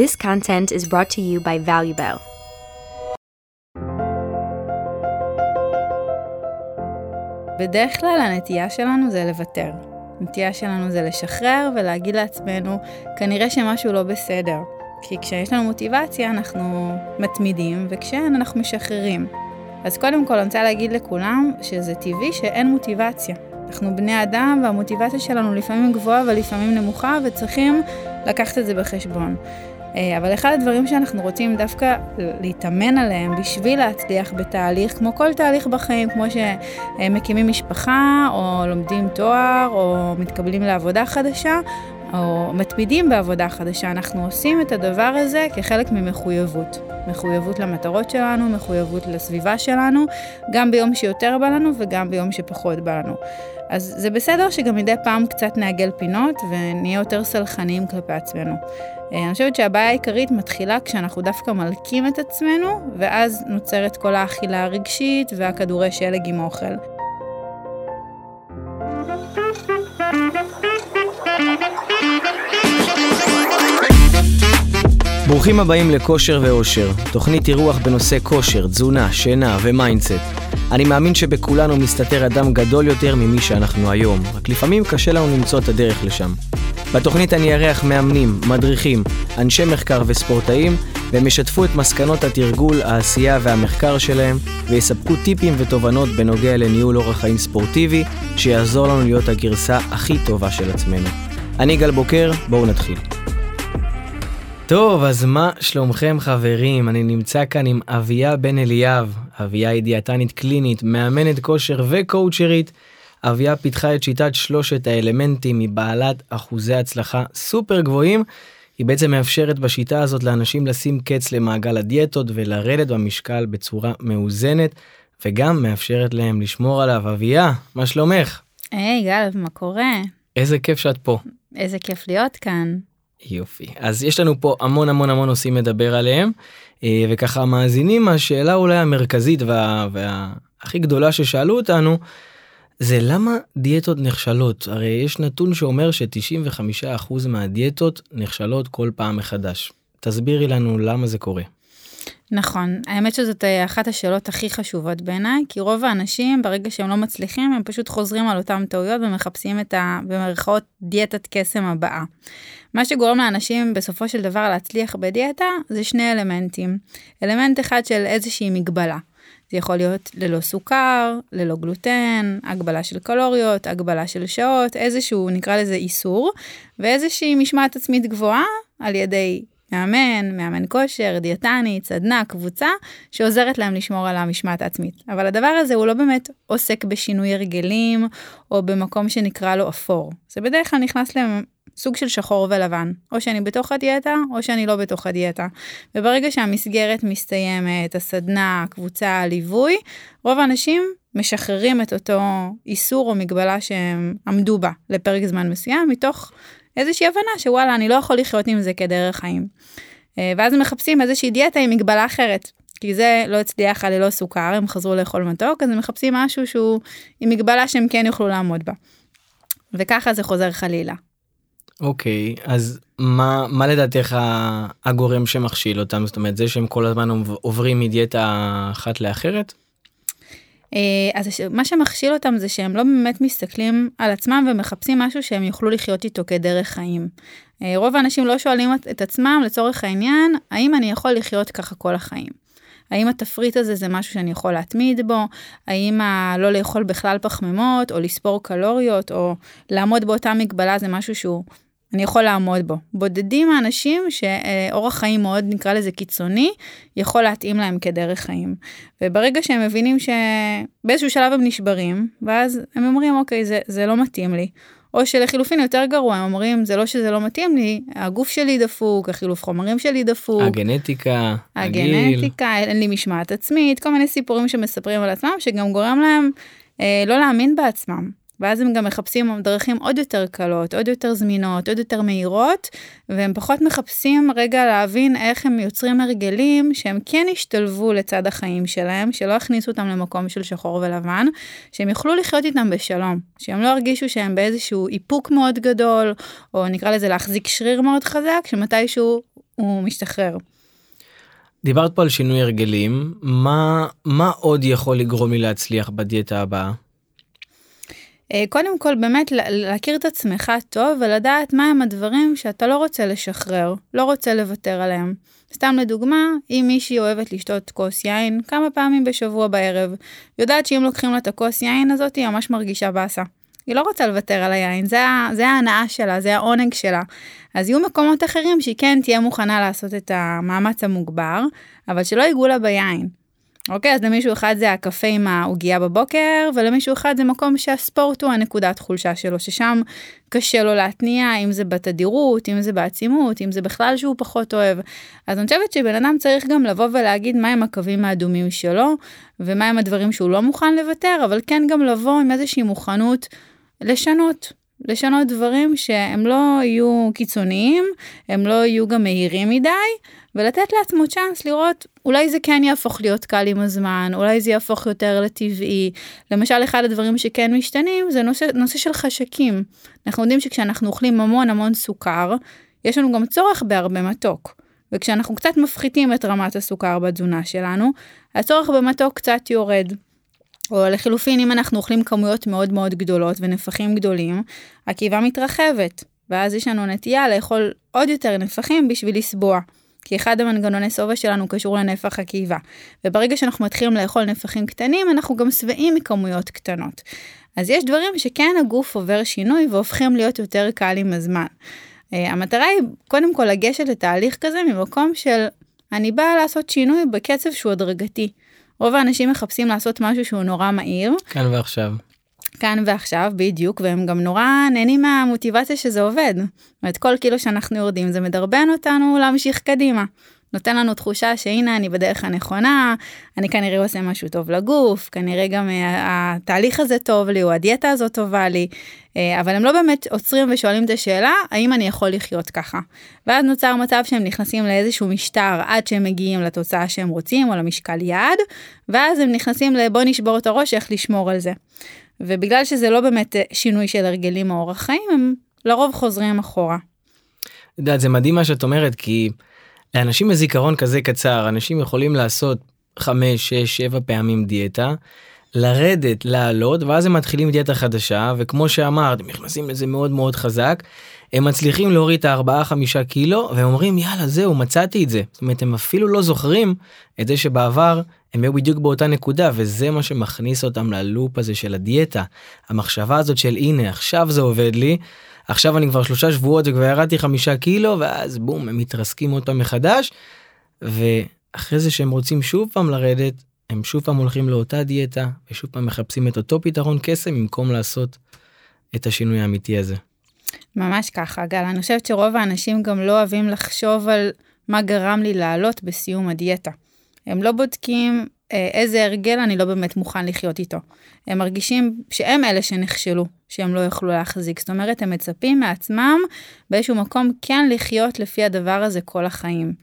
This content is brought to you by ValueBell. בדרך כלל הנטייה שלנו זה לוותר. הנטייה שלנו זה לשחרר ולהגיד לעצמנו, כנראה שמשהו לא בסדר. כי כשיש לנו מוטיבציה אנחנו מתמידים, וכשאין אנחנו משחררים. אז קודם כל אני רוצה להגיד לכולם שזה טבעי שאין מוטיבציה. אנחנו בני אדם והמוטיבציה שלנו לפעמים גבוהה ולפעמים נמוכה, וצריכים לקחת את זה בחשבון. אבל אחד הדברים שאנחנו רוצים דווקא להתאמן עליהם בשביל להצליח בתהליך, כמו כל תהליך בחיים, כמו שמקימים משפחה, או לומדים תואר, או מתקבלים לעבודה חדשה, או מתמידים בעבודה חדשה, אנחנו עושים את הדבר הזה כחלק ממחויבות. מחויבות למטרות שלנו, מחויבות לסביבה שלנו, גם ביום שיותר בא לנו וגם ביום שפחות בא לנו. אז זה בסדר שגם מדי פעם קצת נעגל פינות ונהיה יותר סלחניים כלפי עצמנו. אני חושבת שהבעיה העיקרית מתחילה כשאנחנו דווקא מלקים את עצמנו, ואז נוצרת כל האכילה הרגשית והכדורי שלג עם אוכל. ברוכים הבאים לכושר ואושר, תוכנית אירוח בנושא כושר, תזונה, שינה ומיינדסט. אני מאמין שבכולנו מסתתר אדם גדול יותר ממי שאנחנו היום, רק לפעמים קשה לנו למצוא את הדרך לשם. בתוכנית אני ארח מאמנים, מדריכים, אנשי מחקר וספורטאים, והם ישתפו את מסקנות התרגול, העשייה והמחקר שלהם, ויספקו טיפים ותובנות בנוגע לניהול אורח חיים ספורטיבי, שיעזור לנו להיות הגרסה הכי טובה של עצמנו. אני גל בוקר, בואו נתחיל. טוב, אז מה שלומכם חברים? אני נמצא כאן עם אביה בן אליאב. אביה היא דיאטנית קלינית, מאמנת כושר וקואוצ'רית. אביה פיתחה את שיטת 3 האלמנטים, היא בעלת אחוזי הצלחה סופר גבוהים. היא בעצם מאפשרת בשיטה הזאת לאנשים לשים קץ למעגל הדיאטות ולרדת במשקל בצורה מאוזנת, וגם מאפשרת להם לשמור עליו. אביה, מה שלומך? היי גל, מה קורה? איזה כיף שאת פה. איזה כיף להיות כאן. יופי. אז יש לנו פה המון נושאים לדבר עליהם, וככה מאזינים, השאלה אולי המרכזית והכי גדולה ששאלו אותנו, זה למה דיאטות נכשלות? הרי יש נתון שאומר ש95% מהדיאטות נכשלות כל פעם מחדש. תסבירי לנו למה זה קורה. נכון, האמת שזאת אחת השאלות הכי חשובות בעיניי, כי רוב האנשים ברגע שהם לא מצליחים, הם פשוט חוזרים על אותם טעויות ומחפשים את במרכאות דיאטת קסם הבאה. מה שגורם לאנשים בסופו של דבר להצליח בדיאטה, זה 2 אלמנטים. אלמנט אחד של איזושהי מגבלה. זה יכול להיות ללא סוכר, ללא גלוטן, הגבלה של קלוריות, הגבלה של שעות, איזשהו נקרא לזה איסור, ואיזושהי משמעת עצמית גבוהה על ידי מאמן כושר, דיאטנית, סדנה, קבוצה, שעוזרת להם לשמור על המשמעת העצמית. אבל הדבר הזה הוא לא באמת עוסק בשינוי הרגלים, או במקום שנקרא לו אפור. זה בדרך כלל נכנס לסוג של שחור ולבן. או שאני בתוך הדיאטה, או שאני לא בתוך הדיאטה. וברגע שהמסגרת מסתיימת, הסדנה, הקבוצה, הליווי, רוב האנשים משחררים את אותו איסור או מגבלה שהם עמדו בה לפרק זמן מסוים, מתוך איזושהי הבנה שוואלה, אני לא יכול לחיות עם זה כדרך חיים. ואז הם מחפשים איזושהי דיאטה עם מגבלה אחרת. כי זה לא הצליח ללא סוכר, הם חזרו לאכול מתוק, אז הם מחפשים משהו שהוא עם מגבלה שהם כן יוכלו לעמוד בה. וככה זה חוזר חלילה. אוקיי, אז מה לדעתך הגורם שמכשיל אותם? זאת אומרת, זה שהם כל הזמן עוברים מדיאטה אחת לאחרת? אז מה שמכשיל אותם זה שהם לא באמת מסתכלים על עצמם ומחפשים משהו שהם יוכלו לחיות איתו כדרך חיים. רוב האנשים לא שואלים את עצמם לצורך העניין, האם אני יכול לחיות ככה כל החיים? האם התפריט הזה זה משהו שאני יכול להתמיד בו? האם לא לאכול בכלל פחמימות או לספור קלוריות או לעמוד באותה מגבלה זה משהו שהוא אני יכול לעמוד בו. בודדים האנשים שאורח חיים מאוד נקרא לזה קיצוני, יכול להתאים להם כדרך חיים. וברגע שהם מבינים שבאיזשהו שלב הם נשברים, ואז הם אומרים, אוקיי, זה לא מתאים לי. או שלחילופין יותר גרוע, הם אומרים, זה לא שזה לא מתאים לי, הגוף שלי דפוק, החילוף חומרים שלי דפוק. הגנטיקה, אין לי משמעת עצמית, כל מיני סיפורים שמספרים על עצמם, שגם גורם להם לא להאמין בעצמם. ואז הם גם מחפשים דרכים עוד יותר קלות, עוד יותר זמינות, עוד יותר מהירות, והם פחות מחפשים רגע להבין איך הם יוצרים הרגלים, שהם כן ישתלבו לצד החיים שלהם, שלא הכניסו אותם למקום של שחור ולבן, שהם יוכלו לחיות איתם בשלום, שהם לא הרגישו שהם באיזשהו איפוק מאוד גדול, או נקרא לזה להחזיק שריר מאוד חזק, שמתישהו הוא משתחרר. דיברת פה על שינוי הרגלים, מה עוד יכול לגרום לי להצליח בדיאטה הבאה? קודם כל באמת להכיר את עצמך טוב ולדעת מהם הדברים שאתה לא רוצה לשחרר, לא רוצה לוותר עליהם. סתם לדוגמה, אם מישהי אוהבת לשתות כוס יין כמה פעמים בשבוע בערב, יודעת שאם לוקחים לה את הכוס יין הזאת היא ממש מרגישה באסה. היא לא רוצה לוותר על היין, זה ההנאה שלה, זה העונג שלה. אז יהיו מקומות אחרים שהיא כן תהיה מוכנה לעשות את המאמץ המוגבר, אבל שלא ייגעו לה ביין. אוקיי, אז למישהו אחד זה הקפה עם העוגיה בבוקר, ולמישהו אחד זה מקום שהספורט הוא הנקודת חולשה שלו, ששם קשה לו להתניע, אם זה בתדירות, אם זה בעצימות, אם זה בכלל שהוא פחות אוהב. אז אני חושבת שבן אדם צריך גם לבוא ולהגיד מהם הקווים האדומים שלו, ומהם הדברים שהוא לא מוכן לוותר, אבל כן גם לבוא עם איזושהי מוכנות לשנות דברים שהם לא יהיו קיצוניים, הם לא יהיו גם מהירים מדי, ולתת לעצמו צ'אנס לראות, אולי זה כן יהפוך להיות קל עם הזמן, אולי זה יהפוך יותר לטבעי. למשל, אחד הדברים שכן משתנים, זה נושא של חשקים. אנחנו יודעים שכשאנחנו אוכלים המון סוכר, יש לנו גם צורך בהרבה מתוק. וכשאנחנו קצת מפחיתים את רמת הסוכר בתזונה שלנו, הצורך במתוק קצת יורד. או לחילופין, אם אנחנו אוכלים כמויות מאוד מאוד גדולות ונפחים גדולים, הקיבה מתרחבת, ואז יש לנו נטייה לאכול עוד יותר נפחים בשביל לסבוע. כי אחד המנגנוני סובה שלנו קשור לנפח הקיבה. וברגע שאנחנו מתחילים לאכול נפחים קטנים, אנחנו גם שבעים מכמויות קטנות. אז יש דברים שכן הגוף עובר שינוי והופכים להיות יותר קל עם הזמן. המטרה היא קודם כל לגשת לתהליך כזה ממקום של אני באה לעשות שינוי בקצב שהוא הדרגתי. רוב האנשים מחפשים לעשות משהו שהוא נורא מהיר. כאן ועכשיו, בדיוק, והם גם נורא נהנים מהמוטיבציה שזה עובד. ואת כל קילו שאנחנו יורדים, זה מדרבן אותנו להמשיך קדימה. נותן לנו תחושה שהנה אני בדרך הנכונה, אני כנראה עושה משהו טוב לגוף, כנראה גם התהליך הזה טוב לי, או הדיאטה הזאת טובה לי, אבל הם לא באמת עוצרים ושואלים את השאלה, האם אני יכול לחיות ככה? ואז נוצר מצב שהם נכנסים לאיזשהו משטר, עד שהם מגיעים לתוצאה שהם רוצים, או למשקל יעד, ואז הם נכנסים לבוא נשבור את הראש, איך לשמור על זה. ובגלל שזה לא באמת שינוי של הרגלים או אורח חיים, הם לרוב חוזרים אחורה. זה מדהים מה שאת אומרת, כי לאנשים בזיכרון כזה קצר, אנשים יכולים לעשות 5, 6, 7 פעמים דיאטה, לרדת, לעלות, ואז הם מתחילים דיאטה חדשה, וכמו שאמרת, הם נכנסים לזה מאוד מאוד חזק, הם מצליחים להוריד את 4-5 קילו, והם אומרים, יאללה, זהו, מצאתי את זה. זאת אומרת, הם אפילו לא זוכרים את זה שבעבר הם היו בדיוק באותה נקודה, וזה מה שמכניס אותם ללופ הזה של הדיאטה. המחשבה הזאת של, הנה, עכשיו זה עובד לי, עכשיו אני כבר 3 שבועות וכבר ירדתי 5 קילו, ואז בום, הם מתרסקים אותם מחדש, ואחרי זה שהם רוצים שוב פעם לרדת, הם שוב פעם הולכים לאותה דיאטה, ושוב פעם מחפשים את אותו פתרון קסם, במקום לעשות את השינוי האמיתי הזה. ממש ככה, גל. אני חושבת שרוב האנשים גם לא אוהבים לחשוב על מה גרם לי לעלות בסיום הדיאטה. הם לא בודקים איזה הרגל אני לא באמת מוכן לחיות איתו. הם מרגישים שהם אלה שנכשלו, שהם לא יוכלו להחזיק. זאת אומרת, הם מצפים מעצמם באיזשהו מקום כן לחיות לפי הדבר הזה כל החיים.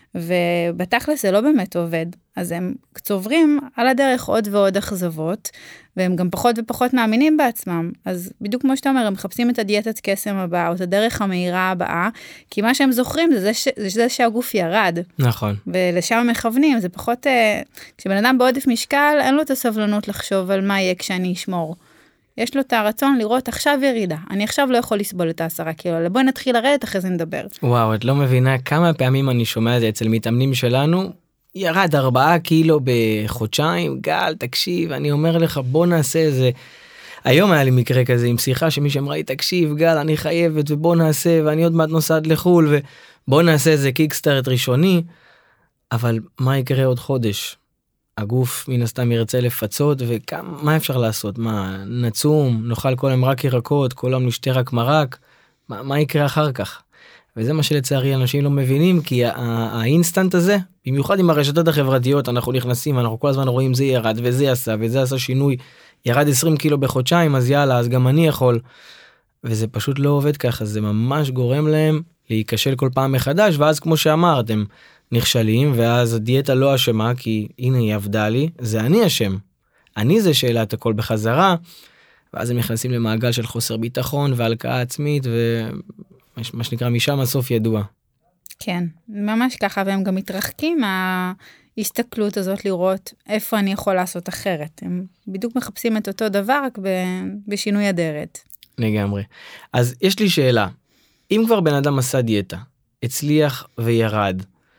ובתכלס זה לא באמת עובד. אז הם צוברים על הדרך עוד ועוד אכזבות, והם גם פחות ופחות מאמינים בעצמם. אז בדיוק כמו שאתה אומר, הם מחפשים את הדיאטת קסם הבאה, או את הדרך המהירה הבאה, כי מה שהם זוכרים זה שהגוף ירד. נכון. ולשם הם מכוונים, זה פחות, כשבן אדם בעודף משקל, אין לו את הסבלנות לחשוב על מה יהיה כשאני אשמור. יש לו את הרצון לראות עכשיו ירידה. אני עכשיו לא יכול לסבול את 10 קילו, בואי נתחיל לרדת, אחרי זה נדבר. וואו, את לא מבינה כמה פעמים אני שומע את זה אצל מתאמנים שלנו, ירד 4 קילו בחודשיים, גל, תקשיב, אני אומר לך, בוא נעשה איזה, היום היה לי מקרה כזה עם שיחה שמישהו אמרה לי, תקשיב, גל, אני חייבת, ובוא נעשה, ואני עוד מעט נוסעת לחול, ובוא נעשה איזה קיקסטארט ראשוני, אבל מה יקרה עוד חודש? הגוף מן הסתם ירצה לפצות, ומה אפשר לעשות? מה, נצום, נאכל כל היום רק ירקות, כל היום נשתה רק מרק, מה יקרה אחר כך? וזה מה שלצערי אנשים לא מבינים, כי האינסטנט הזה, במיוחד עם הרשתות החברתיות, אנחנו נכנסים, אנחנו כל הזמן רואים זה ירד, וזה עשה, וזה עשה שינוי, ירד 20 קילו בחודשיים, אז יאללה, אז גם אני יכול, וזה פשוט לא עובד ככה, זה ממש גורם להם להיכשל כל פעם מחדש, ואז כמו שאמרת, הם נכשלים, ואז הדיאטה לא אשמה, כי הנה היא עבדה לי, זה אני אשם, אני זה שאלה את הכל בחזרה, ואז הם נכנסים למעגל של חוסר ביטחון, והלקאה עצמית, מה שנקרא משם הסוף ידוע. כן, ממש ככה, והם גם מתרחקים מההסתכלות הזאת לראות איפה אני יכול לעשות אחרת. הם בדיוק מחפשים את אותו דבר, רק בשינוי אדרת. לגמרי. אז יש לי שאלה, אם כבר בן אדם עשה דיאטה, הצליח וירד,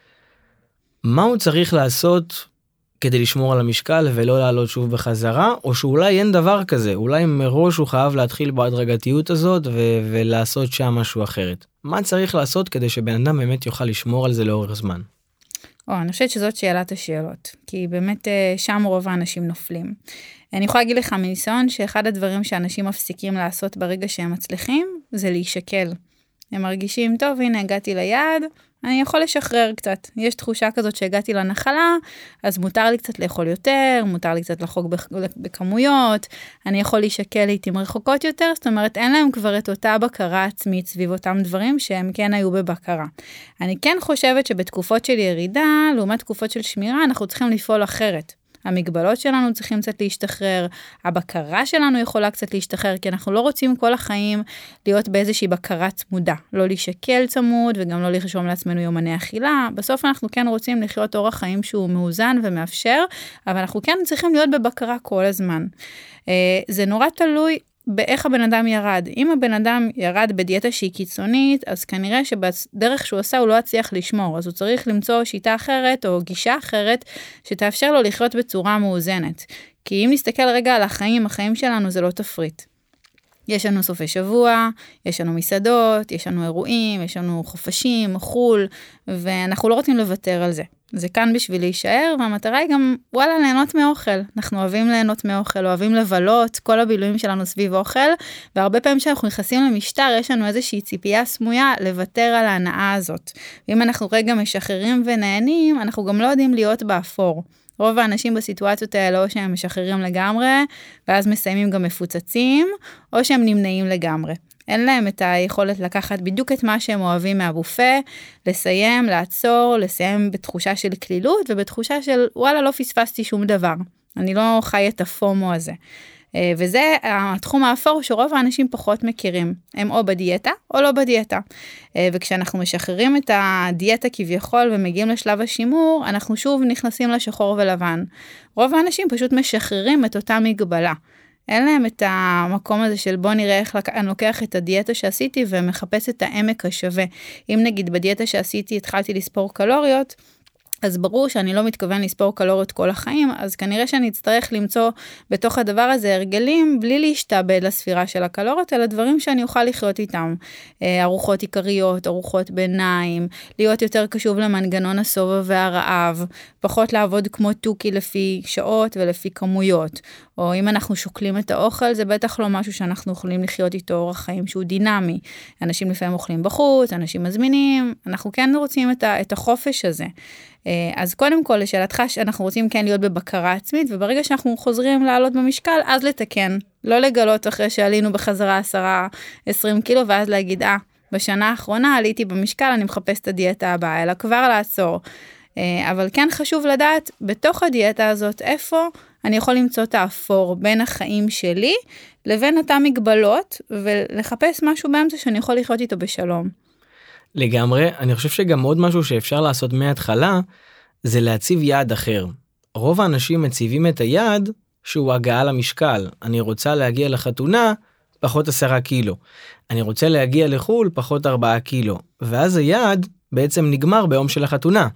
מה הוא צריך לעשות כדי לשמור על המשקל ולא לעלות שוב בחזרה, או שאולי אין דבר כזה, אולי מראש הוא חייב להתחיל בהדרגתיות הזאת ולעשות שם משהו אחרת. מה צריך לעשות כדי שבן אדם באמת יוכל לשמור על זה לאורך זמן? אני חושבת שזאת שאלת השאלות, כי באמת שם רוב האנשים נופלים. אני יכולה להגיד לך מניסיון שאחד הדברים שאנשים מפסיקים לעשות ברגע שהם מצליחים, זה להישקל. הם מרגישים, טוב, הנה הגעתי ליעד, אני יכול לשחרר קצת. יש תחושה כזאת שהגעתי לנחלה, אז מותר לי קצת לאכול יותר, מותר לי קצת לחוג בכמויות, אני יכול להישקל לעתים רחוקות יותר, זאת אומרת, אין להם כבר את אותה בקרה עצמית סביב אותם דברים שהם כן היו בבקרה. אני כן חושבת שבתקופות של ירידה, לעומת תקופות של שמירה, אנחנו צריכים לפעול אחרת. המגבלות שלנו צריכים קצת להשתחרר, הבקרה שלנו יכולה קצת להשתחרר, כי אנחנו לא רוצים כל החיים להיות באיזושהי בקרה צמודה, לא להישקל צמוד וגם לא לרשום לעצמנו יומני אכילה, בסוף אנחנו כן רוצים לחיות אורח חיים שהוא מאוזן ומאפשר, אבל אנחנו כן צריכים להיות בבקרה כל הזמן. זה נורא תלוי באיך הבן אדם ירד. אם הבן אדם ירד בדיאטה שהיא קיצונית, אז כנראה שבדרך שהוא עשה הוא לא הצליח לשמור, אז הוא צריך למצוא שיטה אחרת או גישה אחרת שתאפשר לו לחיות בצורה מאוזנת. כי אם נסתכל רגע על החיים שלנו זה לא תפריט. יש לנו סופי שבוע, יש לנו מסעדות, יש לנו אירועים, יש לנו חופשים, חול, ואנחנו לא רוצים לוותר על זה. זה כאן בשביל להישאר, והמטרה היא גם, וואלה, ליהנות מאוכל. אנחנו אוהבים ליהנות מאוכל, אוהבים לבלות, כל הבילויים שלנו סביב אוכל, והרבה פעמים שאנחנו נכנסים למשטר, יש לנו איזושהי ציפייה סמויה לוותר על ההנאה הזאת. ואם אנחנו רגע משחררים ונהנים, אנחנו גם לא יודעים להיות באפור. רוב האנשים בסיטואציות האלה, או שהם משחררים לגמרי, ואז מסיימים גם מפוצצים, או שהם נמנעים לגמרי. אין להם את היכולת לקחת בדיוק את מה שהם אוהבים מהבופה, לסיים, לעצור, לסיים בתחושה של כלילות, ובתחושה של וואלה לא פספסתי שום דבר. אני לא חי את הפומו הזה. וזה התחום האפור שרוב האנשים פחות מכירים. הם או בדיאטה או לא בדיאטה. וכשאנחנו משחררים את הדיאטה כביכול ומגיעים לשלב השימור, אנחנו שוב נכנסים לשחור ולבן. רוב האנשים פשוט משחררים את אותה מגבלה. אין להם את המקום הזה של בוא נראה איך אני לוקח את הדיאטה שעשיתי ומחפש את העמק השווה. אם נגיד בדיאטה שעשיתי התחלתי לספור קלוריות, אז ברור שאני לא מתכוון לספור קלוריות כל החיים, אז כנראה שאני אצטרך למצוא בתוך הדבר הזה הרגלים, בלי להשתעבד לספירה של הקלוריות, אלא דברים שאני אוכל לחיות איתם. ארוחות עיקריות, ארוחות ביניים, להיות יותר קשוב למנגנון הסובה והרעב, פחות לעבוד כמו טוקי לפי שעות ולפי כמויות. או אם אנחנו שוקלים את האוכל, זה בטח לא משהו שאנחנו יכולים לחיות איתו אורח חיים שהוא דינמי. אנשים לפעמים אוכלים בחוץ, אנשים מזמינים, אנחנו כן רוצים את החופש הזה. אז קודם כל, לשאלתך שאנחנו רוצים כן להיות בבקרה עצמית, וברגע שאנחנו חוזרים לעלות במשקל, אז לתקן. לא לגלות אחרי שעלינו בחזרה 10-20 קילו, ואז להגיד, בשנה האחרונה עליתי במשקל, אני מחפש את הדיאטה הבאה, אלא כבר לעצור. אבל כן חשוב לדעת, בתוך הדיאטה הזאת, איפה אני יכול למצוא את האפור בין החיים שלי, לבין אותם מגבלות, ולחפש משהו באמצע שאני יכול לחיות איתו בשלום. לגמרי, אני חושב שגם עוד משהו שאפשר לעשות מההתחלה, זה להציב יעד אחר. רוב האנשים מציבים את היעד שהוא הגעה למשקל. אני רוצה להגיע לחתונה, פחות 10 קילו. אני רוצה להגיע לחול, פחות 4 קילו. ואז היעד בעצם נגמר ביום של החתונה.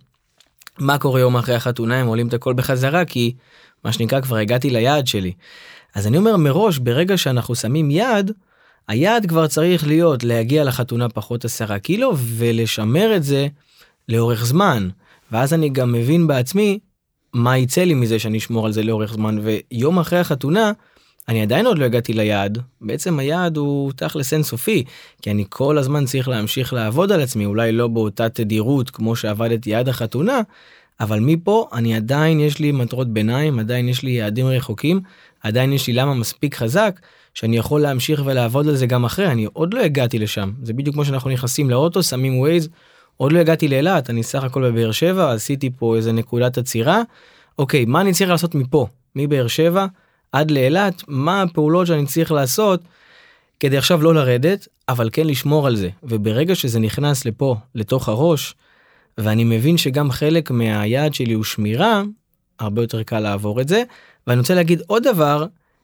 מה קורה יום אחרי החתונה? הם עולים את הכל בחזרה, כי מה שנקרא כבר הגעתי ליעד שלי. אז אני אומר מראש, ברגע שאנחנו שמים יעד, היעד כבר צריך להיות להגיע לחתונה פחות 10 קילו, ולשמר את זה לאורך זמן. ואז אני גם מבין בעצמי מה יצא לי מזה שאני אשמור על זה לאורך זמן, ויום אחרי החתונה, אני עדיין עוד לא הגעתי ליעד. בעצם היעד הוא תכלס אינסופי, כי אני כל הזמן צריך להמשיך לעבוד על עצמי, אולי לא באותה תדירות כמו שעבדתי עד החתונה, אבל מפה אני עדיין יש לי מטרות ביניים, עדיין יש לי יעדים רחוקים, עדיין יש לי למה מספיק חזק, שאני יכול להמשיך ולעבוד על זה גם אחרי, אני עוד לא הגעתי לשם. זה בדיוק כמו שאנחנו נכנסים לאוטו, שמים ווייז, עוד לא הגעתי לאילת, אני סך הכל בבאר שבע, עשיתי פה איזה נקודת עצירה, אוקיי, מה אני צריך לעשות מפה? מבאר שבע עד לאילת, מה הפעולות שאני צריך לעשות, כדי עכשיו לא לרדת, אבל כן לשמור על זה. וברגע שזה נכנס לפה, לתוך הראש, ואני מבין שגם חלק מהיעד שלי הוא שמירה, הרבה יותר קל לעבור את זה, ואני רוצה להגיד עוד דבר,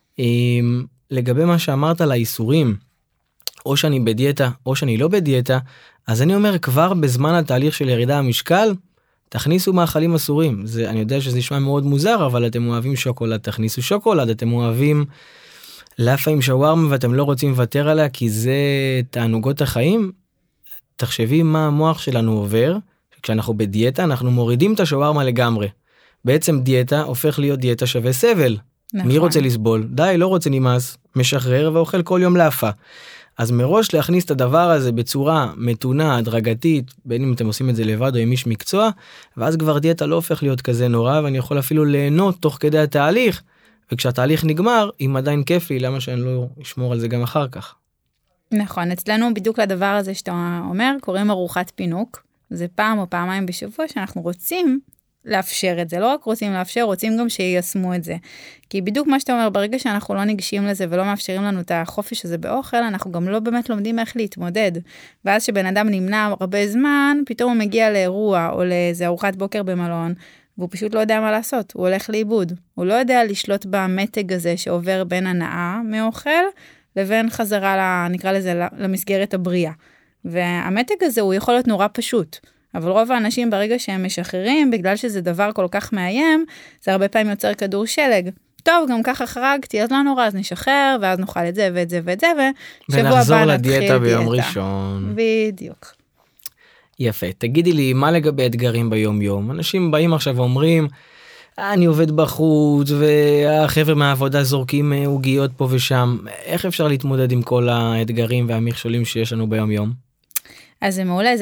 לגבי מה שאמרת על האיסורים, או שאני בדיאטה, או שאני לא בדיאטה, אז אני אומר, כבר בזמן התהליך של ירידה המשקל, תכניסו מאכלים אסורים. אני יודע שזה נשמע מאוד מוזר, אבל אתם אוהבים שוקולד, תכניסו שוקולד, אתם אוהבים לאפה עם שווארמה, ואתם לא רוצים לוותר עליה, כי זה תענוגות החיים. תחשבי מה המוח שלנו עובר, כשאנחנו בדיאטה, אנחנו מורידים את השווארמה לגמרי. בעצם דיאטה הופך להיות דיאטה שווה סבל. נכון. מי רוצה לסבול? די, לא רוצה נמאס, משחרר ואוכל כל יום לאפה. אז מראש להכניס את הדבר הזה בצורה מתונה, הדרגתית, בין אם אתם עושים את זה לבד או עם איש מקצוע, ואז כבר דיאטה לא הופך להיות כזה נורא, ואני יכול אפילו ליהנות תוך כדי התהליך, וכשהתהליך נגמר, אם עדיין כיף לי, למה שאני לא אשמור על זה גם אחר כך? נכון, אצלנו בדיוק לדבר הזה שאתה אומר, קוראים ארוחת פינוק, זה פעם או פעמיים בשבוע שאנחנו רוצים לאפשר את זה, לא רק רוצים לאפשר, רוצים גם שיישמו את זה. כי בדיוק מה שאתה אומר, ברגע שאנחנו לא ניגשים לזה ולא מאפשרים לנו את החופש הזה באוכל, אנחנו גם לא באמת לומדים איך להתמודד. ואז שבן אדם נמנע הרבה זמן, פתאום הוא מגיע לאירוע או לאיזה ארוחת בוקר במלון, והוא פשוט לא יודע מה לעשות, הוא הולך לאיבוד. הוא לא יודע לשלוט במתג הזה שעובר בין הנאה מאוכל, לבין חזרה, נקרא לזה, למסגרת הבריאה. והמתג הזה הוא יכול להיות נורא פשוט. אבל רוב האנשים ברגע שהם משחררים, בגלל שזה דבר כל כך מאיים, זה הרבה פעמים יוצר כדור שלג. טוב, גם ככה חרגתי, אז לא נורא, אז נשחרר, ואז נאכל את זה ואת זה ואת זה, ושבוע הבא נתחיל דיאטה. ביום ראשון. בדיוק. יפה, תגידי לי, מה לגבי אתגרים ביום יום? אנשים באים עכשיו ואומרים, אני עובד בחוץ, והחבר'ה מהעבודה זורקים עוגיות פה ושם. איך אפשר להתמודד עם כל האתגרים והמכשולים שיש לנו ביום יום? אז זה מעולה,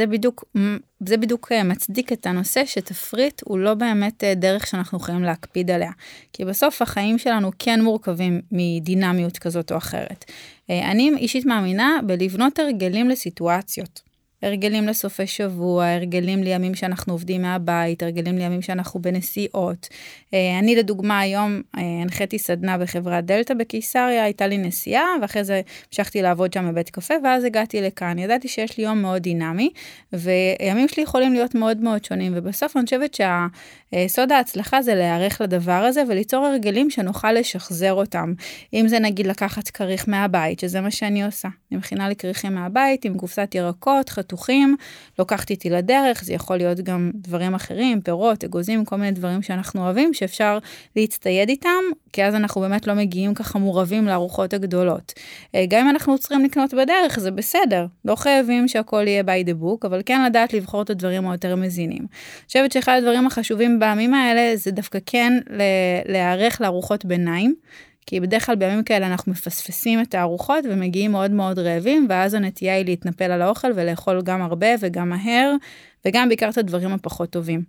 זה בדיוק מצדיק את הנושא שתפריט הוא לא באמת דרך שאנחנו יכולים להקפיד עליה. כי בסוף החיים שלנו כן מורכבים מדינמיות כזאת או אחרת. אני אישית מאמינה בלבנות הרגלים לסיטואציות. הרגלים לסופי שבוע, הרגלים לימים שאנחנו עובדים מהבית, הרגלים לימים שאנחנו בנסיעות. אני לדוגמה היום הנחיתי סדנה בחברת דלטה בקיסריה, הייתה לי נסיעה, ואחרי זה המשכתי לעבוד שם בבית קפה, ואז הגעתי לכאן. ידעתי שיש לי יום מאוד דינמי, וימים שלי יכולים להיות מאוד מאוד שונים, ובסוף אני חושבת שהסוד ההצלחה זה להיערך לדבר הזה, וליצור הרגלים שנוכל לשחזר אותם. אם זה נגיד לקחת כריך מהבית, שזה מה שאני עושה. אני מכינה לי כריכים מהבית עם קופסת ירקות, חתוכים, לוקחת איתי לדרך, זה יכול להיות גם דברים אחרים, פירות, אגוזים, כל מיני דברים שאנחנו אוהבים, שאפשר להצטייד איתם, כי אז אנחנו באמת לא מגיעים ככה מורבים לארוחות הגדולות. גם אם אנחנו צריכים לקנות בדרך, זה בסדר, לא חייבים שהכל יהיה by the book, אבל כן לדעת לבחור את הדברים היותר מזינים. אני חושבת שאחד הדברים החשובים בימים האלה, זה דווקא כן להיערך לארוחות ביניים, כי בדרך כלל בימים כאלה אנחנו מפספסים את הארוחות ומגיעים מאוד מאוד רעבים, ואז הנטייה היא להתנפל על האוכל ולאכול גם הרבה וגם מהר, וגם בעיקר את הדברים הפחות טובים.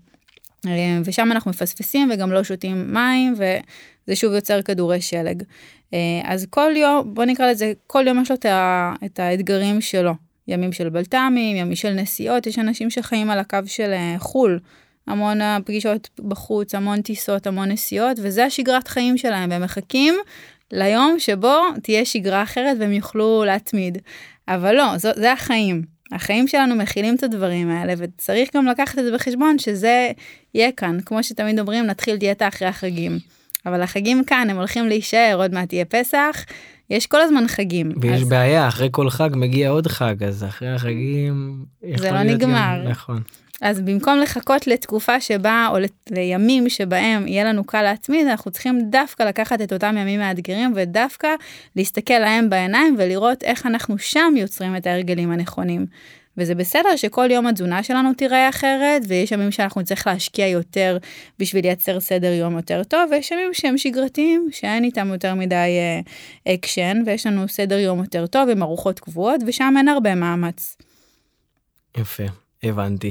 ושם אנחנו מפספסים וגם לא שותים מים, וזה שוב יוצר כדורי שלג. אז כל יום, בוא נקרא לזה, כל יום יש לו את האתגרים שלו. ימים של בלת"מים, ימים של נסיעות, יש אנשים שחיים על הקו של חול, המון פגישות בחוץ, המון טיסות, המון נסיעות, וזה השגרת חיים שלהם, והם מחכים ליום שבו תהיה שגרה אחרת והם יוכלו להתמיד. אבל לא, זה החיים. החיים שלנו מכילים את הדברים האלה, וצריך גם לקחת את זה בחשבון שזה יהיה כאן. כמו שתמיד אומרים, נתחיל דיאטה אחרי החגים. אבל החגים כאן, הם הולכים להישאר, עוד מעט תהיה פסח, יש כל הזמן חגים. ויש בעיה, אחרי כל חג מגיע עוד חג, אז אחרי החגים זה לא נגמר. גם, נכון. אז במקום לחכות לתקופה שבה, או לימים שבהם יהיה לנו קל להתמיד, אנחנו צריכים דווקא לקחת את אותם ימים מאתגרים, ודווקא להסתכל להם בעיניים, ולראות איך אנחנו שם יוצרים את ההרגלים הנכונים. וזה בסדר שכל יום התזונה שלנו תיראה אחרת, ויש ימים שאנחנו נצטרך להשקיע יותר, בשביל לייצר סדר יום יותר טוב, ויש ימים שהם שגרתיים, שאין איתם יותר מדי אקשן, ויש לנו סדר יום יותר טוב, עם ארוחות קבועות, ושם אין הרבה מאמץ. יפה. הבנתי.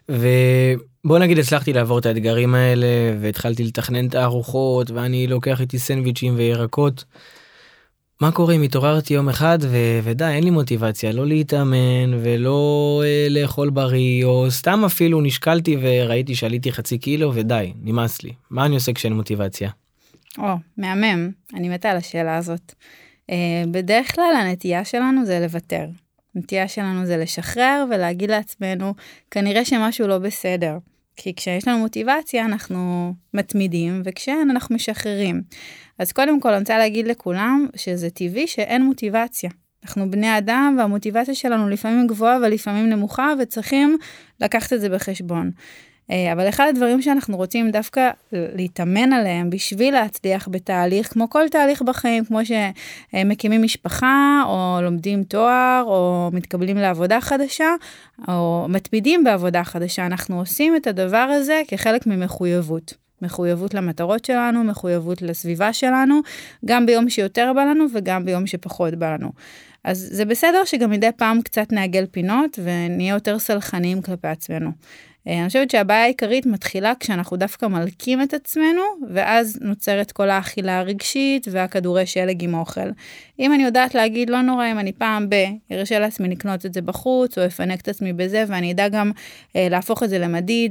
ובוא נגיד הצלחתי לעבור את האתגרים האלה, והתחלתי לתכנן את הארוחות, ואני לוקח איתי סנדוויצ'ים וירקות. מה קורה אם התעוררתי יום אחד, ודי, אין לי מוטיבציה, לא להתאמן, ולא לאכול בריא, או סתם אפילו נשקלתי וראיתי שעליתי 0.5 קילו, ודי, נמאס לי. מה אני עושה כשאין מוטיבציה? מהמם. אני מתה על השאלה הזאת. בדרך כלל הנטייה שלנו זה לוותר. הנטייה שלנו זה לשחרר ולהגיד לעצמנו, כנראה שמשהו לא בסדר. כי כשיש לנו מוטיבציה אנחנו מתמידים, וכשאין אנחנו משחררים. אז קודם כל אני רוצה להגיד לכולם שזה טבעי שאין מוטיבציה. אנחנו בני אדם והמוטיבציה שלנו לפעמים גבוהה ולפעמים נמוכה, וצריכים לקחת את זה בחשבון. אבל אחד הדברים שאנחנו רוצים דווקא להתאמן עליהם בשביל להצליח בתהליך, כמו כל תהליך בחיים, כמו שמקימים משפחה, או לומדים תואר, או מתקבלים לעבודה חדשה, או מתמידים בעבודה חדשה, אנחנו עושים את הדבר הזה כחלק ממחויבות. מחויבות למטרות שלנו, מחויבות לסביבה שלנו, גם ביום שיותר בא לנו וגם ביום שפחות בא לנו. אז זה בסדר שגם מדי פעם קצת נעגל פינות ונהיה יותר סלחניים כלפי עצמנו. אני חושבת שהבעיה העיקרית מתחילה כשאנחנו דווקא מלקים את עצמנו, ואז נוצרת כל האכילה הרגשית והכדורי שלג עם אוכל. אם אני יודעת להגיד לא נורא, אם אני פעם ארשה לעצמי לקנות את זה בחוץ, או אפנק את עצמי בזה, ואני אדע גם להפוך את זה למדיד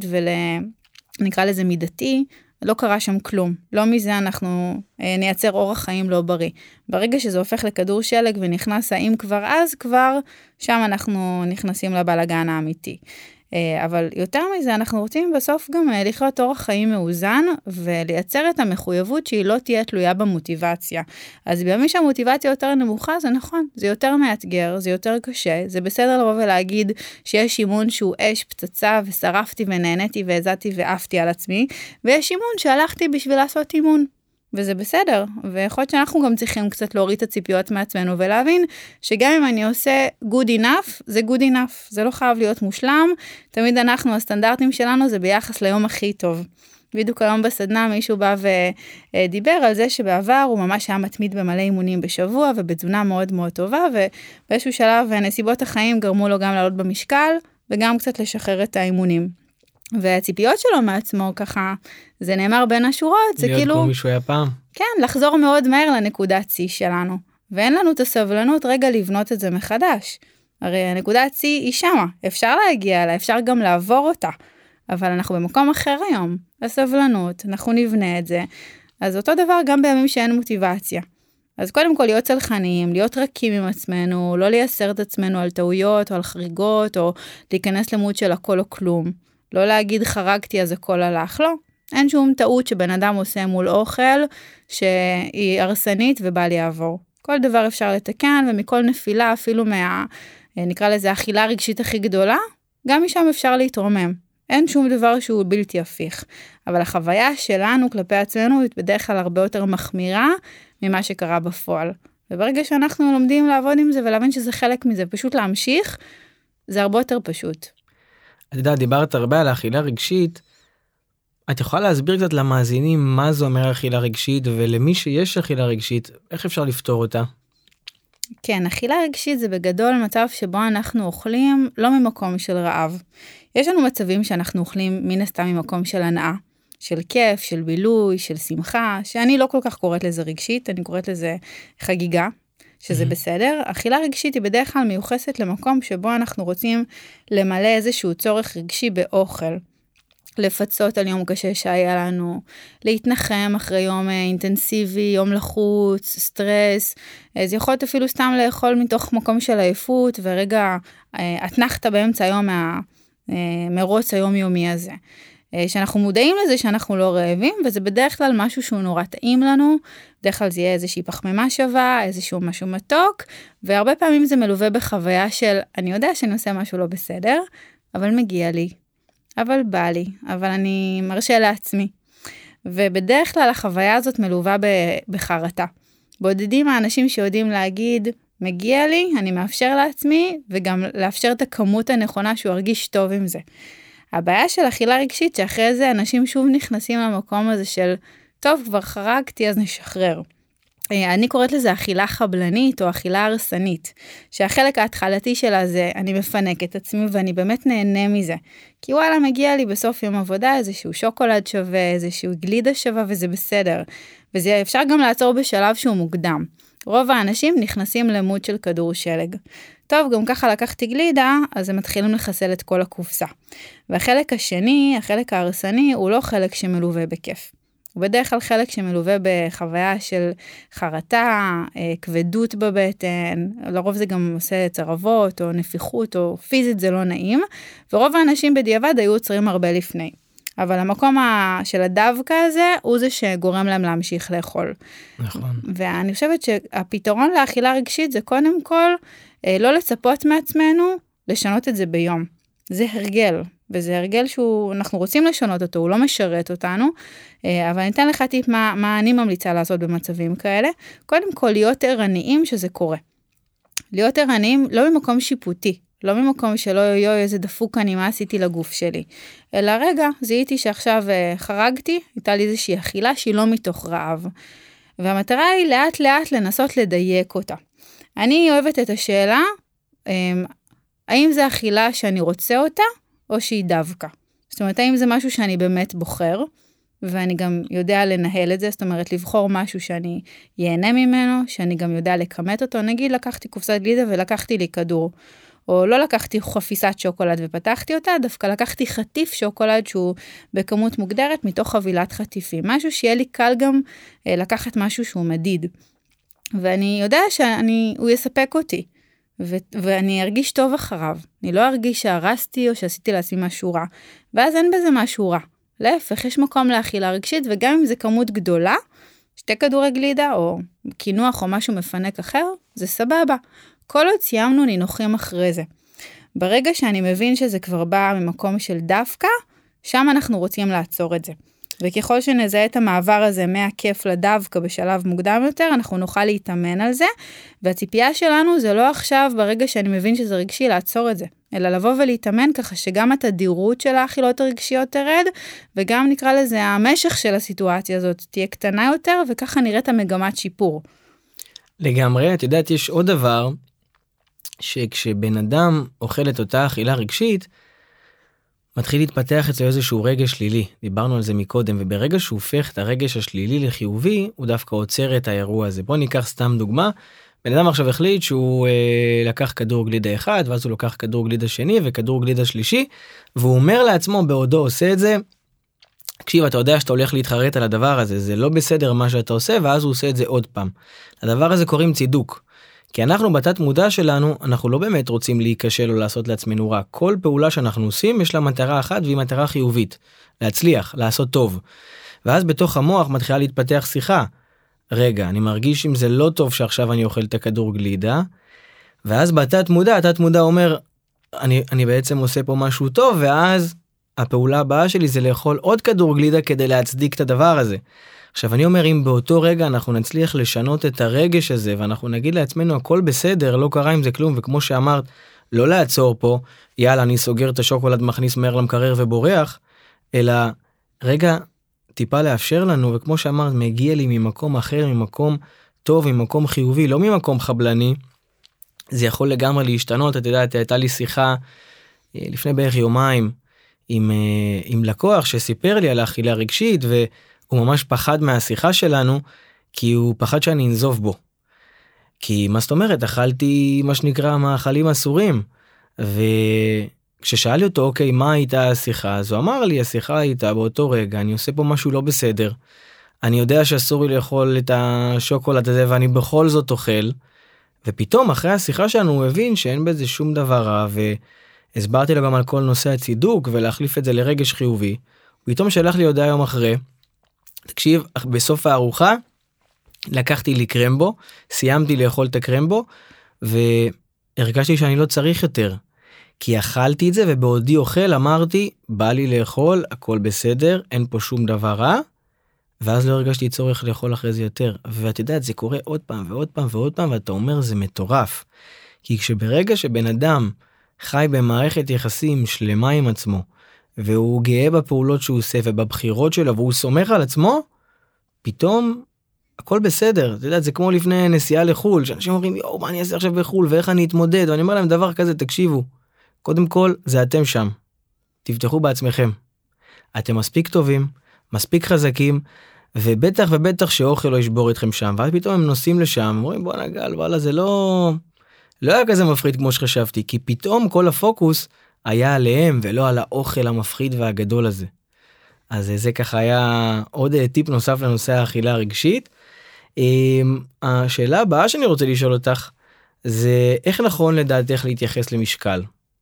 ונקרא לזה מידתי, לא קרה שם כלום. לא מזה אנחנו נייצר אורח חיים לא בריא. ברגע שזה הופך לכדור שלג ונכנס האם כבר אז כבר, שם אנחנו נכנסים לבלגן האמיתי. אבל יותר מזה אנחנו רוצים בסוף גם לחיות אורח חיים מאוזן ולייצר את המחויבות שהיא לא תהיה תלויה במוטיבציה. אז בימים שהמוטיבציה יותר נמוכה זה נכון, זה יותר מאתגר, זה יותר קשה, זה בסדר לבוא ולהגיד שיש אימון שהוא אש פצצה ושרפתי ונהניתי והזעתי ועפתי על עצמי, ויש אימון שהלכתי בשביל לעשות אימון. וזה בסדר, ויכול להיות שאנחנו גם צריכים קצת להוריד את הציפיות מעצמנו, ולהבין שגם אם אני עושה good enough, זה good enough, זה לא חייב להיות מושלם, תמיד אנחנו, הסטנדרטים שלנו זה ביחס ליום הכי טוב. בדיוק היום בסדנה מישהו בא ודיבר על זה שבעבר הוא ממש היה מתמיד במלא אימונים בשבוע, ובתזונה מאוד מאוד טובה, ובאיזשהו שלב נסיבות החיים גרמו לו גם לעלות במשקל, וגם קצת לשחרר את האימונים. והציפיות שלו מעצמו ככה, זה נאמר בין השורות, זה כאילו... להיות כמו מישהו היה פעם. כן, לחזור מאוד מהר לנקודת C שלנו. ואין לנו את הסבלנות רגע לבנות את זה מחדש. הרי הנקודת C היא שמה, אפשר להגיע אליה, אפשר גם לעבור אותה. אבל אנחנו במקום אחר היום, הסבלנות, אנחנו נבנה את זה. אז אותו דבר גם בימים שאין מוטיבציה. אז קודם כל להיות סלחניים, להיות רכים עם עצמנו, לא לייסר את עצמנו על טעויות או על חריגות, או להיכנס למוד של הכל או כלום. לא להגיד חרגתי אז הכל הלך, לא. אין שום טעות שבן אדם עושה מול אוכל שהיא הרסנית ובא לי לעבור. כל דבר אפשר לתקן, ומכל נפילה, אפילו נקרא לזה אכילה הרגשית הכי גדולה, גם משם אפשר להתרומם. אין שום דבר שהוא בלתי הפיך. אבל החוויה שלנו כלפי עצמנו היא בדרך כלל הרבה יותר מחמירה ממה שקרה בפועל. וברגע שאנחנו לומדים לעבוד עם זה ולהבין שזה חלק מזה, פשוט להמשיך, זה הרבה יותר פשוט. את יודעת, דיברת הרבה על האכילה רגשית, את יכולה להסביר קצת למאזינים מה זה אומר אכילה רגשית, ולמי שיש אכילה רגשית, איך אפשר לפתור אותה? כן, אכילה רגשית זה בגדול מצב שבו אנחנו אוכלים לא ממקום של רעב. יש לנו מצבים שאנחנו אוכלים מן הסתם ממקום של הנאה, של כיף, של בילוי, של שמחה, שאני לא כל כך קוראת לזה רגשית, אני קוראת לזה חגיגה. שזה בסדר. אכילה רגשית היא בדרך כלל מיוחסת למקום שבו אנחנו רוצים למלא איזשהו צורך רגשי באוכל. לפצות על יום קשה שהיה לנו, להתנחם אחרי יום אינטנסיבי, יום לחוץ, סטרס. זה יכול להיות אפילו סתם לאכול מתוך מקום של עייפות, ורגע התנחת באמצע היום מרוץ היומיומי הזה. שאנחנו מודעים לזה שאנחנו לא רעבים, וזה בדרך כלל משהו שהוא נורא טעים לנו, בדרך כלל זה יהיה איזושהי פחמימה שווה, איזשהו משהו מתוק, והרבה פעמים זה מלווה בחוויה של, אני יודע שאני עושה משהו לא בסדר, אבל מגיע לי, אבל בא לי, אבל אני מרשה לעצמי. ובדרך כלל החוויה הזאת מלווה בחרטה. בודדים האנשים שיודעים להגיד, מגיע לי, אני מאפשר לעצמי, וגם לאפשר את הכמות הנכונה שהוא הרגיש טוב עם זה. הבעיה של אכילה רגשית שאחרי זה אנשים שוב נכנסים למקום הזה של טוב כבר חרגתי אז נשחרר. אני קוראת לזה אכילה חבלנית או אכילה הרסנית, שהחלק ההתחלתי שלה זה אני מפנק את עצמי ואני באמת נהנה מזה, כי וואלה מגיע לי בסוף יום עבודה איזשהו שוקולד שווה, איזשהו גלידה שווה וזה בסדר, וזה אפשר גם לעצור בשלב שהוא מוקדם. רוב האנשים נכנסים למוד של כדור שלג. טוב, גם ככה לקחתי גלידה, אז הם מתחילים לחסל את כל הקופסה. והחלק השני, החלק ההרסני, הוא לא חלק שמלווה בכיף. הוא בדרך כלל חלק שמלווה בחוויה של חרטה, כבדות בבטן, לרוב זה גם עושה צרבות או נפיחות או פיזית זה לא נעים, ורוב האנשים בדיעבד היו עוצרים הרבה לפני. אבל המקום של הדווקא הזה, הוא זה שגורם להם להמשיך לאכול. נכון. ואני חושבת שהפתרון לאכילה רגשית זה קודם כל, לא לצפות מעצמנו, לשנות את זה ביום. זה הרגל, וזה הרגל שאנחנו רוצים לשנות אותו, הוא לא משרת אותנו, אבל אני אתן לך טיפ מה אני ממליצה לעשות במצבים כאלה. קודם כל, להיות ערניים שזה קורה. להיות ערניים לא ממקום שיפוטי, לא ממקום שלא יוי איזה דפוק אני מה עשיתי לגוף שלי, אלא רגע, זיהיתי שעכשיו חרגתי, הייתה לי איזושהי אכילה שהיא לא מתוך רעב. והמטרה היא לאט לאט לנסות לדייק אותה. אני אוהבת את השאלה, האם זה אכילה שאני רוצה אותה, או שהיא דווקא. זאת אומרת, האם זה משהו שאני באמת בוחר, ואני גם יודע לנהל את זה, זאת אומרת, לבחור משהו שאני ייהנה ממנו, שאני גם יודע לקמת אותו. נגיד, לקחתי קופסת גלידה ולקחתי לי כדור, או לא לקחתי חפיסת שוקולד ופתחתי אותה, דווקא לקחתי חטיף שוקולד שהוא בכמות מוגדרת מתוך חבילת חטיפים. משהו שיהיה לי קל גם לקחת משהו שהוא מדיד. ואני יודע שהוא יספק אותי. ואני ארגיש טוב אחריו. אני לא ארגיש שהרסתי או שעשיתי לעצמי משהו רע. ואז אין בזה משהו רע. להפך, יש מקום לאכילה רגשית, וגם אם זה כמות גדולה, 2 כדורי גלידה או קינוח או משהו מפנק אחר, זה סבבה. כל עוד סיימנו נינוחים אחרי זה. ברגע שאני מבין שזה כבר בא ממקום של דווקא, שם אנחנו רוצים לעצור את זה. וככל שנזהה את המעבר הזה מהכיף לדווקא בשלב מוקדם יותר, אנחנו נוכל להתאמן על זה, והציפייה שלנו זה לא עכשיו ברגע שאני מבין שזה רגשי לעצור את זה, אלא לבוא ולהתאמן ככה שגם התדירות של האכילות הרגשיות תרד, וגם נקרא לזה המשך של הסיטואציה הזאת תהיה קטנה יותר, וככה נראית המגמת שיפור. לגמרי, את יודעת, יש עוד דבר, שכשבן אדם אוכל את אותה אכילה רגשית, מתחיל להתפתח אצלו איזשהו רגש שלילי, דיברנו על זה מקודם, וברגע שהוא הופך את הרגש השלילי לחיובי, הוא דווקא עוצר את האירוע הזה. בוא ניקח סתם דוגמה, בן אדם עכשיו החליט שהוא לקח כדור גלידה אחד, ואז הוא לוקח כדור גלידה שני וכדור גלידה שלישי, והוא אומר לעצמו בעודו עושה את זה, תקשיב, אתה יודע שאתה הולך להתחרט על הדבר הזה, זה לא בסדר מה שאתה עושה, ואז הוא עושה את זה עוד פעם. הדבר הזה קוראים צידוק. כי אנחנו בתת מודע שלנו, אנחנו לא באמת רוצים להיכשל או לעשות לעצמנו רע. כל פעולה שאנחנו עושים, יש לה מטרה אחת, והיא מטרה חיובית. להצליח, לעשות טוב. ואז בתוך המוח מתחילה להתפתח שיחה. רגע, אני מרגיש אם זה לא טוב שעכשיו אני אוכל את הכדור גלידה, ואז בתת מודע, התת מודע אומר, אני בעצם עושה פה משהו טוב, ואז הפעולה הבאה שלי זה לאכול עוד כדור גלידה כדי להצדיק את הדבר הזה. עכשיו אני אומר, אם באותו רגע אנחנו נצליח לשנות את הרגש הזה, ואנחנו נגיד לעצמנו הכל בסדר, לא קרה עם זה כלום, וכמו שאמרת, לא לעצור פה, יאללה אני סוגר את השוקולד, מכניס מהר למקרר ובורח, אלא רגע טיפה לאפשר לנו, וכמו שאמרת, מגיע לי ממקום אחר, ממקום טוב, ממקום חיובי, לא ממקום חבלני, זה יכול לגמרי להשתנות. את יודעת, הייתה לי שיחה לפני בערך יומיים, עם לקוח שסיפר לי על האכילה רגשית, הוא ממש פחד מהשיחה שלנו, כי הוא פחד שאני אנזוף בו. כי מה זאת אומרת, אכלתי מה שנקרא מאכלים אסורים, וכששאל לי אותו, אוקיי, מה הייתה השיחה? אז הוא אמר לי, השיחה הייתה באותו רגע, אני עושה פה משהו לא בסדר, אני יודע שאסור לי לאכול את השוקולד הזה, ואני בכל זאת אוכל, ופתאום אחרי השיחה שלנו הוא הבין שאין בזה שום דבר רע, והסברתי לו גם על כל נושא הצידוק, ולהחליף את זה לרגש חיובי. פתאום שלח לי הודעה יום אחרי, תקשיב, בסוף הארוחה, לקחתי לי קרמבו, סיימתי לאכול את הקרמבו, והרגשתי שאני לא צריך יותר, כי אכלתי את זה, ובעודי אוכל אמרתי, בא לי לאכול, הכל בסדר, אין פה שום דבר רע, ואז לא הרגשתי צורך לאכול אחרי זה יותר. ואת יודעת, זה קורה עוד פעם ועוד פעם ועוד פעם, ואתה אומר, זה מטורף. כי כשברגע שבן אדם חי במערכת יחסים שלמה עם עצמו, והוא גאה בפעולות שהוא עושה ובבחירות שלו, והוא סומך על עצמו, פתאום הכל בסדר. אתה יודע, זה כמו לפני נסיעה לחול, שאנשים אומרים, יואו, מה אני אעשה עכשיו בחול, ואיך אני אתמודד? ואני אומר להם דבר כזה, תקשיבו, קודם כל, זה אתם שם. תפתחו בעצמכם. אתם מספיק טובים, מספיק חזקים, ובטח ובטח שאוכל לא ישבור אתכם שם. ואז פתאום הם נוסעים לשם, אומרים, בוא נגל, וואלה, זה לא היה כזה מפחיד כמו שחשבתי, כי פתאום כל הפוקוס היה עליהם, ולא על האוכל המפחיד והגדול הזה. אז זה ככה היה עוד טיפ נוסף לנושא האכילה הרגשית. השאלה הבאה שאני רוצה לשאול אותך, זה איך נכון לדעתך להתייחס למשקל?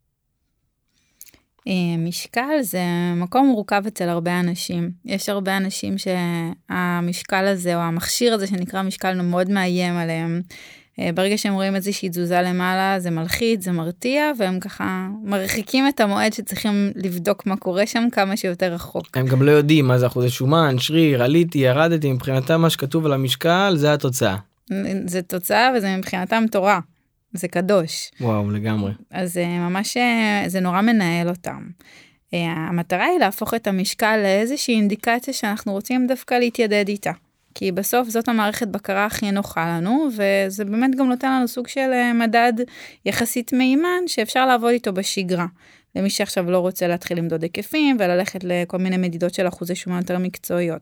משקל זה מקום מורכב אצל הרבה אנשים. יש הרבה אנשים שהמשקל הזה או המכשיר הזה שנקרא משקל מאוד מאיים עליהם. ברגע שהם רואים איזושהי תזוזה למעלה זה מלחיץ, זה מרתיע, והם ככה מרחיקים את המועד שצריכים לבדוק מה קורה שם כמה שיותר רחוק. הם גם לא יודעים מה זה אחוזי שומן, שריר, עליתי, ירדתי, מבחינתם מה שכתוב על המשקל זה התוצאה. זה תוצאה וזה מבחינתם תורה. זה קדוש. וואו, לגמרי. אז ממש, זה נורא מנהל אותם. המטרה היא להפוך את המשקל לאיזושהי אינדיקציה שאנחנו רוצים דווקא להתיידד איתה. כי בסוף זאת המערכת בקרה הכי נוחה לנו, וזה באמת גם נותן לנו סוג של מדד יחסית מהימן, שאפשר לעבוד איתו בשגרה. למי שעכשיו לא רוצה להתחיל למדוד היקפים, וללכת לכל מיני מדידות של אחוזי שומן יותר מקצועיות.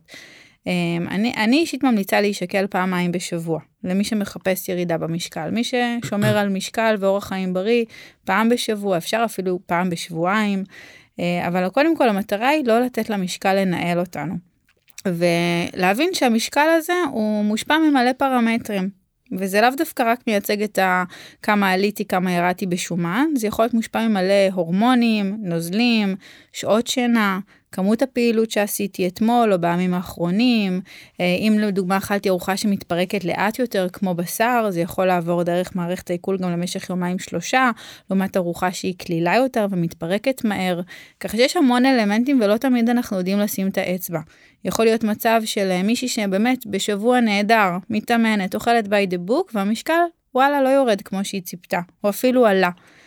אני אישית ממליצה להישקל פעמיים בשבוע, למי שמחפש ירידה במשקל. מי ששומר על משקל ואורח חיים בריא, פעם בשבוע, אפשר אפילו פעם בשבועיים, אבל קודם כל המטרה היא לא לתת למשקל לנהל אותנו. ולהבין שהמשקל הזה הוא מושפע ממלא פרמטרים, וזה לאו דווקא רק מייצג את כמה עליתי, כמה ירדתי בשומן, זה יכול להיות מושפע ממלא הורמונים, נוזלים, שעות שינה, כמות הפעילות שעשיתי אתמול או בימים האחרונים, אם לדוגמה אכלתי ארוחה שמתפרקת לאט יותר כמו בשר, זה יכול לעבור דרך מערכת העיכול גם למשך 2-3, לעומת ארוחה שהיא כלילה יותר ומתפרקת מהר, כך שיש המון אלמנטים ולא תמיד אנחנו יודעים לשים את האצבע. יכול להיות מצב של מישהי שבאמת בשבוע נהדר, מתאמנת, אוכלת by the book, והמשקל וואלה לא יורד כמו שהיא ציפתה, או אפילו עלה.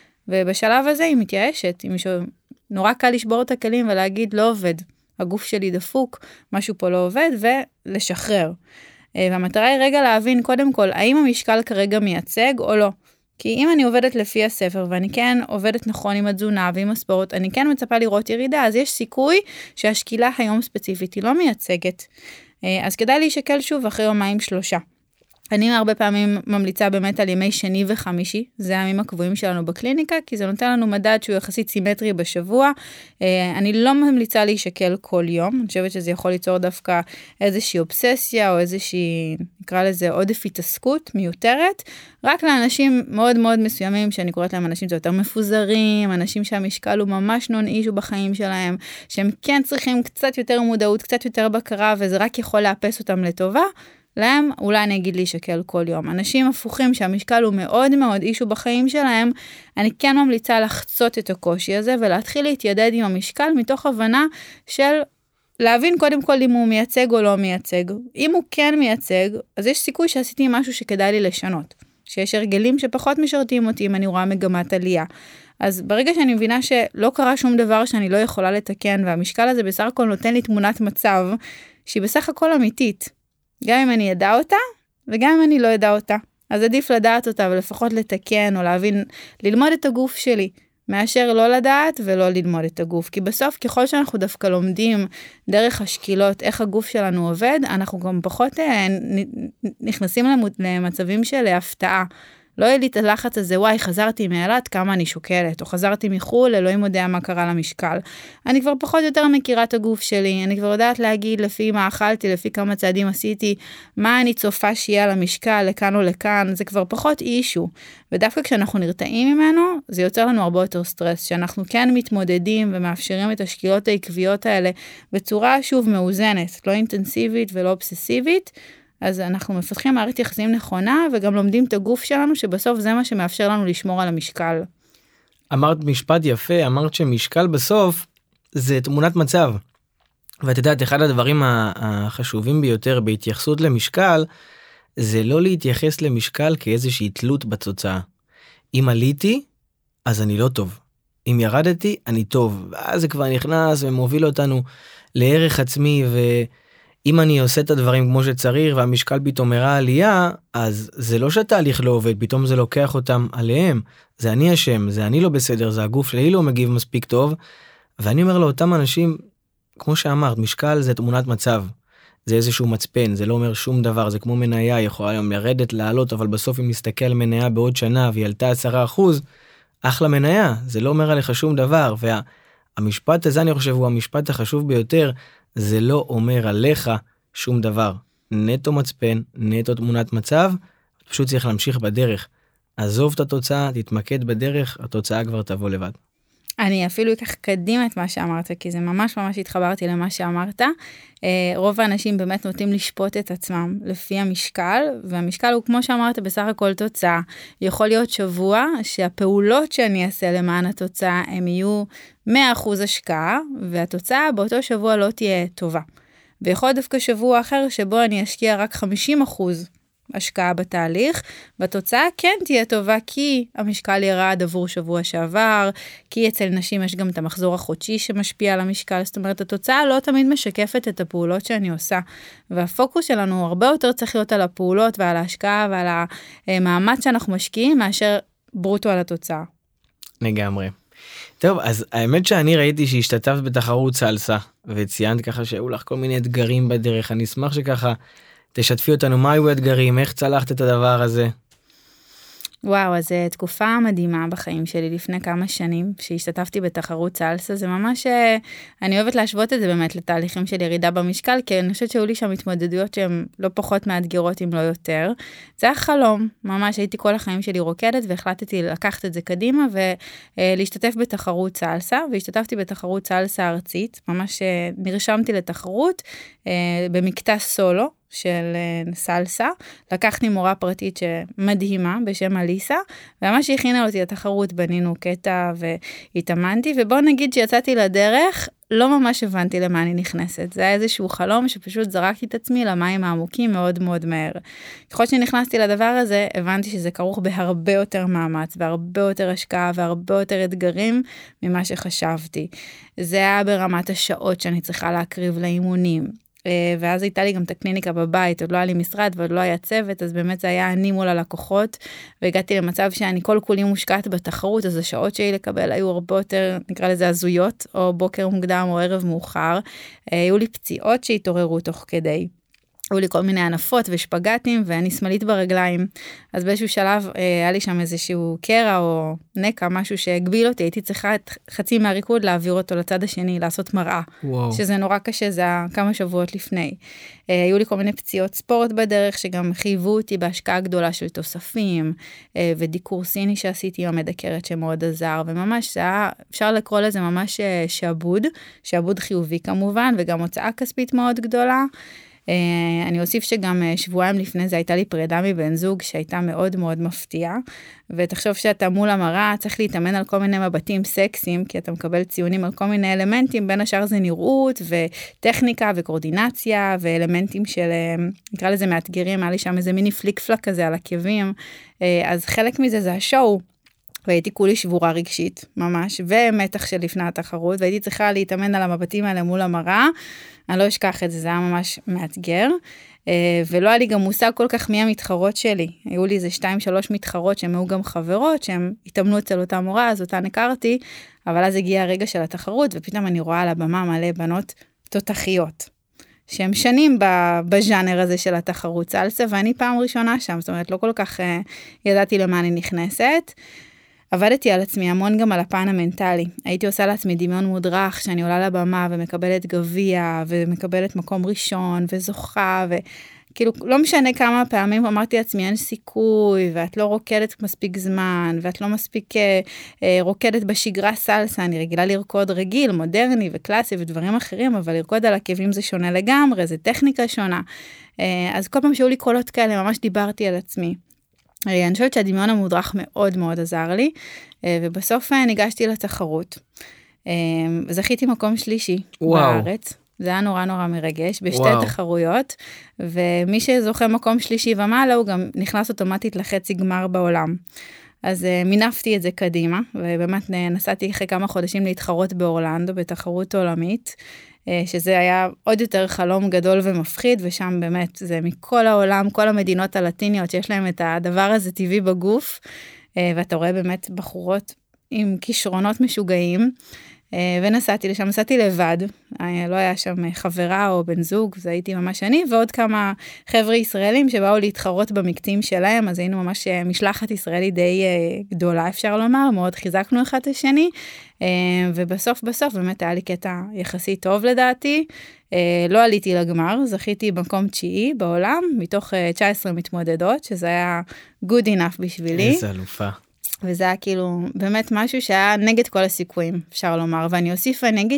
ובשלב הזה היא מתייאשת, היא נורא קל לשבור את הכלים ולהגיד לא עובד, הגוף שלי דפוק, משהו פה לא עובד, ולשחרר. והמטרה היא רגע להבין קודם כל, האם המשקל כרגע מייצג או לא. כי אם אני עובדת לפי הספר, ואני כן עובדת נכון עם התזונה ועם הספורט, אני כן מצפה לראות ירידה, אז יש סיכוי שהשקילה היום ספציפית היא לא מייצגת. אז כדאי להישקל שוב אחרי 2-3. אני הרבה פעמים ממליצה באמת על ימי שני וחמישי, זה הימים הקבועים שלנו בקליניקה, כי זה נותן לנו מדד שהוא יחסית סימטרי בשבוע. אני לא ממליצה להישקל כל יום, אני חושבת שזה יכול ליצור דווקא איזושהי אובססיה, או איזושהי, נקרא לזה עודף התעסקות מיותרת, רק לאנשים מאוד מאוד מסוימים, שאני קוראת להם אנשים יותר מפוזרים, אנשים שהמשקל הוא ממש נון אישו בחיים שלהם, שהם כן צריכים קצת יותר מודעות, קצת יותר בקרה, וזה רק יכול לאפס אותם לטובה, להם אולי אני אגיד להישקל כל יום. אנשים הפוכים שהמשקל הוא מאוד מאוד אישו בחיים שלהם, אני כן ממליצה לחצות את הקושי הזה, ולהתחיל להתיידד עם המשקל, מתוך הבנה של להבין קודם כל אם הוא מייצג או לא מייצג. אם הוא כן מייצג, אז יש סיכוי שעשיתי משהו שכדאי לי לשנות. שיש הרגלים שפחות משרתים אותי אם אני רואה מגמת עלייה. אז ברגע שאני מבינה שלא קרה שום דבר שאני לא יכולה לתקן, והמשקל הזה בסך הכל נותן לי תמונת מצב, שהיא בסך הכל אמיתית. גם אם אני ידע אותה, וגם אם אני לא ידע אותה. אז עדיף לדעת אותה, ולפחות לתקן, או להבין, ללמוד את הגוף שלי, מאשר לא לדעת ולא ללמוד את הגוף. כי בסוף, ככל שאנחנו דווקא לומדים דרך השקילות, איך הגוף שלנו עובד, אנחנו גם פחות נכנסים למצבים של הפתעה. לא יהיה לי את הלחץ הזה, וואי, חזרתי מאילת, כמה אני שוקלת, או חזרתי מחול, אלוהים יודע מה קרה למשקל. אני כבר פחות יותר מכירה את הגוף שלי, אני כבר יודעת להגיד לפי מה אכלתי, לפי כמה צעדים עשיתי, מה אני צופה שיהיה על המשקל, לכאן או לכאן, זה כבר פחות אישו. ודווקא כשאנחנו נרתעים ממנו, זה יוצר לנו הרבה יותר סטרס, שאנחנו כן מתמודדים ומאפשרים את השקילות העקביות האלה, בצורה שוב מאוזנת, לא אינטנסיבית ולא אובססיבית, אז אנחנו מפתחים מערכת יחסים נכונה, וגם לומדים את הגוף שלנו, שבסוף זה מה שמאפשר לנו לשמור על המשקל. אמרת משפט יפה, אמרת שמשקל בסוף זה תמונת מצב. ואת יודעת, אחד הדברים החשובים ביותר בהתייחסות למשקל, זה לא להתייחס למשקל כאיזושהי תלות בתוצאה. אם עליתי, אז אני לא טוב. אם ירדתי, אני טוב. ואז זה כבר נכנס ומוביל אותנו לערך עצמי אם אני עושה את הדברים כמו שצריך, והמשקל פתאום מראה עלייה, אז זה לא שהתהליך לא עובד, פתאום זה לוקח אותם עליהם, זה אני אשם, זה אני לא בסדר, זה הגוף שלי לא מגיב מספיק טוב, ואני אומר לאותם אנשים, כמו שאמרת, משקל זה תמונת מצב, זה איזשהו מצפן, זה לא אומר שום דבר, זה כמו מניה, יכולה היום לרדת, לעלות, אבל בסוף אם נסתכל על מניה בעוד שנה, והיא עלתה 10%, אחלה מניה, זה לא אומר עליך שום דבר, והמשפט הזה אני חושב הוא המשפט החשוב ביותר, זה לא אומר עליך שום דבר. נטו מצפן, נטו תמונת מצב, פשוט צריך להמשיך בדרך. עזוב את התוצאה, תתמקד בדרך, התוצאה כבר תבוא לבד. אני אפילו אקח קדימה את מה שאמרת, כי זה ממש התחברתי למה שאמרת. רוב האנשים באמת נוטים לשפוט את עצמם לפי המשקל, והמשקל הוא כמו שאמרת בסך הכל תוצאה. יכול להיות שבוע שהפעולות שאני אעשה למען התוצאה הם יהיו 100% השקעה, והתוצאה באותו שבוע לא תהיה טובה. ויכול דווקא שבוע אחר שבו אני אשקיע רק 50% השקעה בתהליך, והתוצאה כן תהיה טובה כי המשקל ירד עבור שבוע שעבר, כי אצל נשים יש גם את המחזור החודשי שמשפיע על המשקל, זאת אומרת התוצאה לא תמיד משקפת את הפעולות שאני עושה, והפוקוס שלנו הרבה יותר צריך להיות על הפעולות ועל ההשקעה ועל המאמץ שאנחנו משקיעים מאשר ברוטו על התוצאה. לגמרי. טוב, אז האמת שאני ראיתי שהשתתפת בתחרות סלסה, וציינת ככה שהיו לך כל מיני אתגרים בדרך, אני אשמח שככה תשתפי אותנו, מה היו האתגרים, איך צלחת את הדבר הזה? וואו, אז תקופה מדהימה בחיים שלי לפני כמה שנים, שהשתתפתי בתחרות סלסה, זה ממש, אני אוהבת להשוות את זה באמת לתהליכים של ירידה במשקל, כי אני חושבת שהיו לי שם התמודדויות שהן לא פחות מאתגרות אם לא יותר. זה היה חלום, ממש הייתי כל החיים שלי רוקדת, והחלטתי לקחת את זה קדימה, ולהשתתף בתחרות סלסה, והשתתפתי בתחרות סלסה ארצית, ממש נרשמתי לתחרות במקטע סולו, של סלסה, לקחתי מורה פרטית שמדהימה בשם אליסה, וממש הכינה אותי לתחרות, בנינו קטע והתאמנתי, ובוא נגיד שיצאתי לדרך, לא ממש הבנתי למה אני נכנסת. זה היה איזשהו חלום שפשוט זרקתי את עצמי למים העמוקים מאוד מאוד מהר. ככל שנכנסתי לדבר הזה, הבנתי שזה כרוך בהרבה יותר מאמץ, והרבה יותר השקעה, והרבה יותר אתגרים ממה שחשבתי. זה היה ברמת השעות שאני צריכה להקריב לאימונים. ואז הייתה לי גם את הקליניקה בבית, עוד לא היה לי משרד ועוד לא היה צוות, אז באמת זה היה אני מול הלקוחות, והגעתי למצב שאני כל כולי מושקעת בתחרות, אז השעות שלי לקבל היו הרבה יותר, נקרא לזה הזויות, או בוקר מוקדם או ערב מאוחר, היו לי פציעות שהתעוררו תוך כדי. היו לי כל מיני ענפות ושפגטים, ואני שמאלית ברגליים. אז באיזשהו שלב היה לי שם איזשהו קרע או נקע, משהו שהגביל אותי, הייתי צריכה את חצי מהריקוד להעביר אותו לצד השני, לעשות מראה. וואו. שזה נורא קשה, זה היה כמה שבועות לפני. היו לי כל מיני פציעות ספורט בדרך, שגם חייבו אותי בהשקעה גדולה של תוספים, ודיקור סיני שעשיתי עם המדקרת שמאוד עזר, וממש זה היה, אפשר לקרוא לזה ממש שעבוד חיובי כמובן, וגם הוצאה כספית מאוד גדולה. אני אוסיף שגם שבועיים לפני זה הייתה לי פרידה מבן זוג שהייתה מאוד מאוד מפתיעה, ותחשוב שאתה מול המראה צריך להתאמן על כל מיני מבטים סקסיים, כי אתה מקבל ציונים על כל מיני אלמנטים, בין השאר זה נראות וטכניקה וקורדינציה ואלמנטים של, נקרא לזה מאתגרים, היה לי שם איזה מיני פליק פלק כזה על עקבים, אז חלק מזה זה השואו, והייתי כולי שבורה רגשית ממש, ומתח של לפני התחרות, והייתי צריכה להתאמן על המבטים האלה מול המראה, אני לא אשכח את זה, זה היה ממש מאתגר, ולא היה לי גם מושג כל כך מי המתחרות שלי, היו לי איזה 2-3 מתחרות שהן היו גם חברות, שהן התאמנו אצל אותה מורה, אז אותן הכרתי, אבל אז הגיע הרגע של התחרות, ופתאום אני רואה על הבמה מלא בנות תותחיות, שהם שנים בז'אנר הזה של התחרות סלסה, ואני פעם ראשונה שם, זאת אומרת לא כל כך ידעתי למה אני נכנסת, עבדתי על עצמי המון גם על הפן המנטלי. הייתי עושה לעצמי דמיון מודרך שאני עולה לבמה ומקבלת גביע ומקבלת מקום ראשון וזוכה וכאילו לא משנה כמה פעמים אמרתי לעצמי אין סיכוי ואת לא רוקדת מספיק זמן ואת לא מספיק רוקדת בשגרה סלסה. אני רגילה לרקוד רגיל, מודרני וקלאסי ודברים אחרים, אבל לרקוד על עקבים זה שונה לגמרי, זה טכניקה שונה. אז כל פעם שהיו לי קולות כאלה ממש דיברתי על עצמי. אני חושבת שהדמיון המודרך מאוד מאוד עזר לי, ובסוף ניגשתי לתחרות. זכיתי מקום שלישי בארץ. זה היה נורא נורא מרגש, בשתי תחרויות, ומי שזוכה מקום שלישי ומעלה, הוא גם נכנס אוטומטית לחצי גמר בעולם. אז מינפתי את זה קדימה, ובאמת נסעתי אחרי כמה חודשים להתחרות באורלנדו, בתחרות עולמית, שזה היה עוד יותר חלום גדול ומפחיד, ושם באמת זה מכל העולם, כל המדינות הלטיניות שיש להם את הדבר הזה טבעי בגוף, ואתה רואה באמת בחורות עם כישרונות משוגעים, ונסעתי לשם, נסעתי לבד, לא היה שם חברה או בן זוג, זה הייתי ממש אני, ועוד כמה חבר'ה ישראלים שבאו להתחרות במקטעים שלהם, אז היינו ממש משלחת ישראלית די גדולה, אפשר לומר, מאוד חיזקנו אחד את השני, ובסוף באמת היה לי קטע יחסית טוב לדעתי, לא עליתי לגמר, זכיתי במקום 9 בעולם, מתוך 19 מתמודדות, שזה היה good enough בשבילי. איזה אלופה. וזה היה כאילו באמת משהו שהיה נגד כל הסיכויים, אפשר לומר, ואני אוסיף ונגיד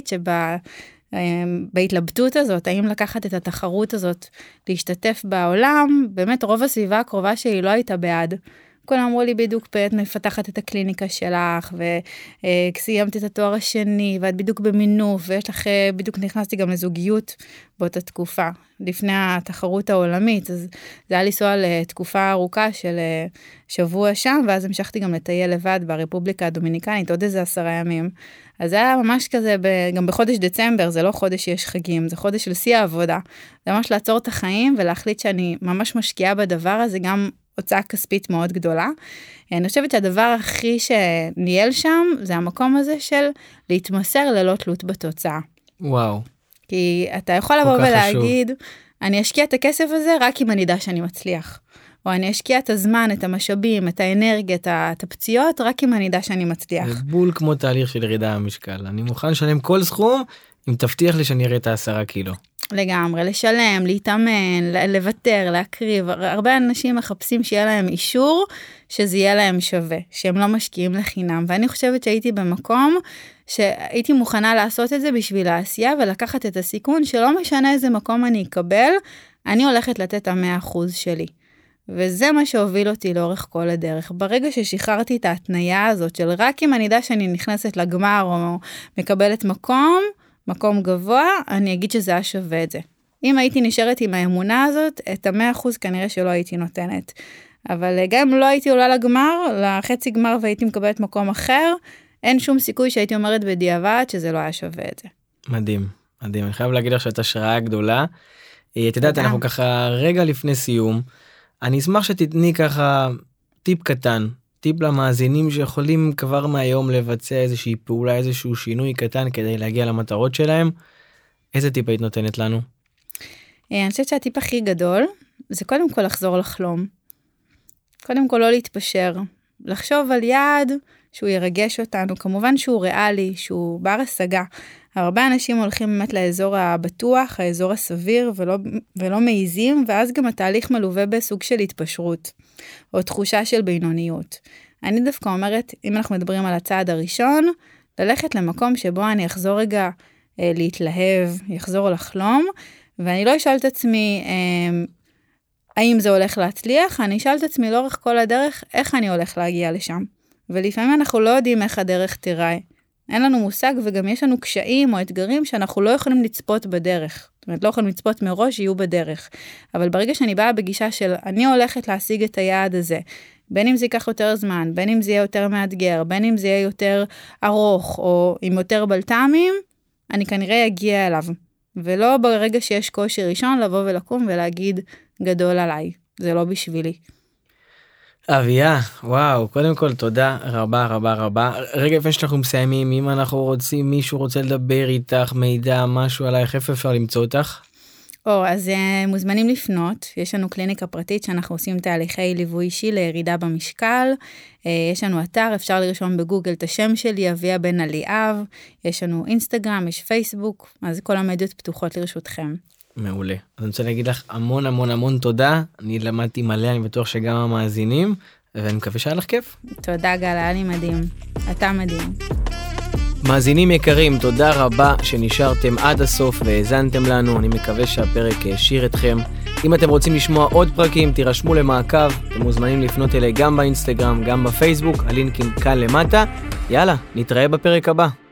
בהתלבטות הזאת, האם לקחת את התחרות הזאת, להשתתף בעולם, באמת רוב הסביבה הקרובה שלי לא הייתה בעד. כולם אמרו לי בדיוק, את מפתחת את הקליניקה שלך, וסיימת את התואר השני, ואת בדיוק במינוף, ויש לך, בדיוק נכנסתי גם לזוגיות באותה תקופה, לפני התחרות העולמית, אז זה היה לנסוע לתקופה ארוכה של שבוע שם, ואז המשכתי גם לטייל לבד ברפובליקה הדומיניקנית, עוד איזה 10 ימים. אז זה היה ממש כזה, גם בחודש דצמבר, זה לא חודש שיש חגים, זה חודש של שיא העבודה. זה ממש לעצור את החיים, ולהחליט שאני ממש משקיעה בדבר הזה, גם הוצאה כספית מאוד גדולה. אני חושבת שהדבר הכי שניהל שם, זה המקום הזה של להתמסר ללא תלות בתוצאה. וואו. כי אתה יכול לבוא ולהגיד, אני אשקיע את הכסף הזה רק אם אני יודע שאני מצליח. או אני אשקיע את הזמן, את המשאבים, את האנרגיה, את הפציעות, רק אם אני יודע שאני מצליח. זה בול כמו תהליך של ירידה במשקל. אני מוכן לשלם כל סכום, אם תבטיח לי שאני אראה את 10 קילו. לגמרי, לשלם, להתאמן, לוותר, להקריב. הרבה אנשים מחפשים שיהיה להם אישור, שזה יהיה להם שווה, שהם לא משקיעים לחינם. ואני חושבת שהייתי במקום שהייתי מוכנה לעשות את זה בשביל העשייה, ולקחת את הסיכון שלא משנה איזה מקום אני אקבל, אני הולכת לתת 100% שלי. וזה מה שהוביל אותי לאורך כל הדרך. ברגע ששחררתי את ההתניה הזאת של רק אם אני יודע שאני נכנסת לגמר או מקבלת מקום גבוה, אני אגיד שזה היה שווה את זה. אם הייתי נשארת עם האמונה הזאת, את 100% כנראה שלא הייתי נותנת. אבל גם אם לא הייתי עולה לגמר, לחצי גמר והייתי מקבלת מקום אחר, אין שום סיכוי שהייתי אומרת בדיעבד שזה לא היה שווה את זה. מדהים, מדהים. אני חייב להגיד לך שאת השראה גדולה. את יודעת, אנחנו ככה רגע לפני סיום, אני אשמח שתתני ככה טיפ קטן, טיפ למאזינים שיכולים כבר מהיום לבצע איזושהי פעולה, איזשהו שינוי קטן כדי להגיע למטרות שלהם. איזה טיפ היית נותנת לנו? אני חושבת שהטיפ הכי גדול, זה קודם כל לחזור לחלום. קודם כל לא להתפשר. לחשוב על יעד שהוא ירגש אותנו, כמובן שהוא ריאלי, שהוא בר השגה. הרבה אנשים הולכים באמת לאזור הבטוח, האזור הסביר, ולא מעיזים, ואז גם התהליך מלווה בסוג של התפשרות, או תחושה של בינוניות. אני דווקא אומרת, אם אנחנו מדברים על הצעד הראשון, ללכת למקום שבו אני אחזור רגע להתלהב, יחזור לחלום, ואני לא אשאל את עצמי, האם זה הולך להצליח, אני אשאל את עצמי לאורך כל הדרך, איך אני הולך להגיע לשם. ולפעמים אנחנו לא יודעים איך הדרך תיראה. אין לנו מושג, וגם יש לנו קשיים או אתגרים שאנחנו לא יכולים לצפות בדרך. זאת אומרת, לא יכולים לצפות מראש, יהיו בדרך. אבל ברגע שאני באה בגישה של אני הולכת להשיג את היעד הזה, בין אם זה ייקח יותר זמן, בין אם זה יהיה יותר מאתגר, בין אם זה יהיה יותר ארוך, או עם יותר בלטמים, אני כנראה אגיע אליו. ולא ברגע שיש קושי ראשון לבוא ולקום ולהגיד גדול עליי. זה לא בשבילי. אביה, וואו, קודם כל תודה רבה רבה רבה. רגע לפני שאנחנו מסיימים, אם אנחנו רוצים, מישהו רוצה לדבר איתך, מידע, משהו עלייך, איפה אפשר למצוא אותך? אז מוזמנים לפנות, יש לנו קליניקה פרטית שאנחנו עושים תהליכי ליווי אישי לירידה במשקל, יש לנו אתר, אפשר לרשום בגוגל את השם שלי, אביה בן אליאב, יש לנו אינסטגרם, יש פייסבוק, אז כל המדיות פתוחות לרשותכם. מעולה. אז אני רוצה להגיד לך המון המון המון תודה, אני למדתי מלא, אני בטוח שגם המאזינים, ואני מקווה שהיה לך כיף. תודה גל, היה לי מדהים, אתה מדהים. מאזינים יקרים, תודה רבה שנשארתם עד הסוף והאזנתם לנו, אני מקווה שהפרק השאיר אתכם. אם אתם רוצים לשמוע עוד פרקים, תירשמו למעקב, אתם מוזמנים לפנות אליי גם באינסטגרם, גם בפייסבוק, הלינקים כאן למטה. יאללה, נתראה בפרק הבא.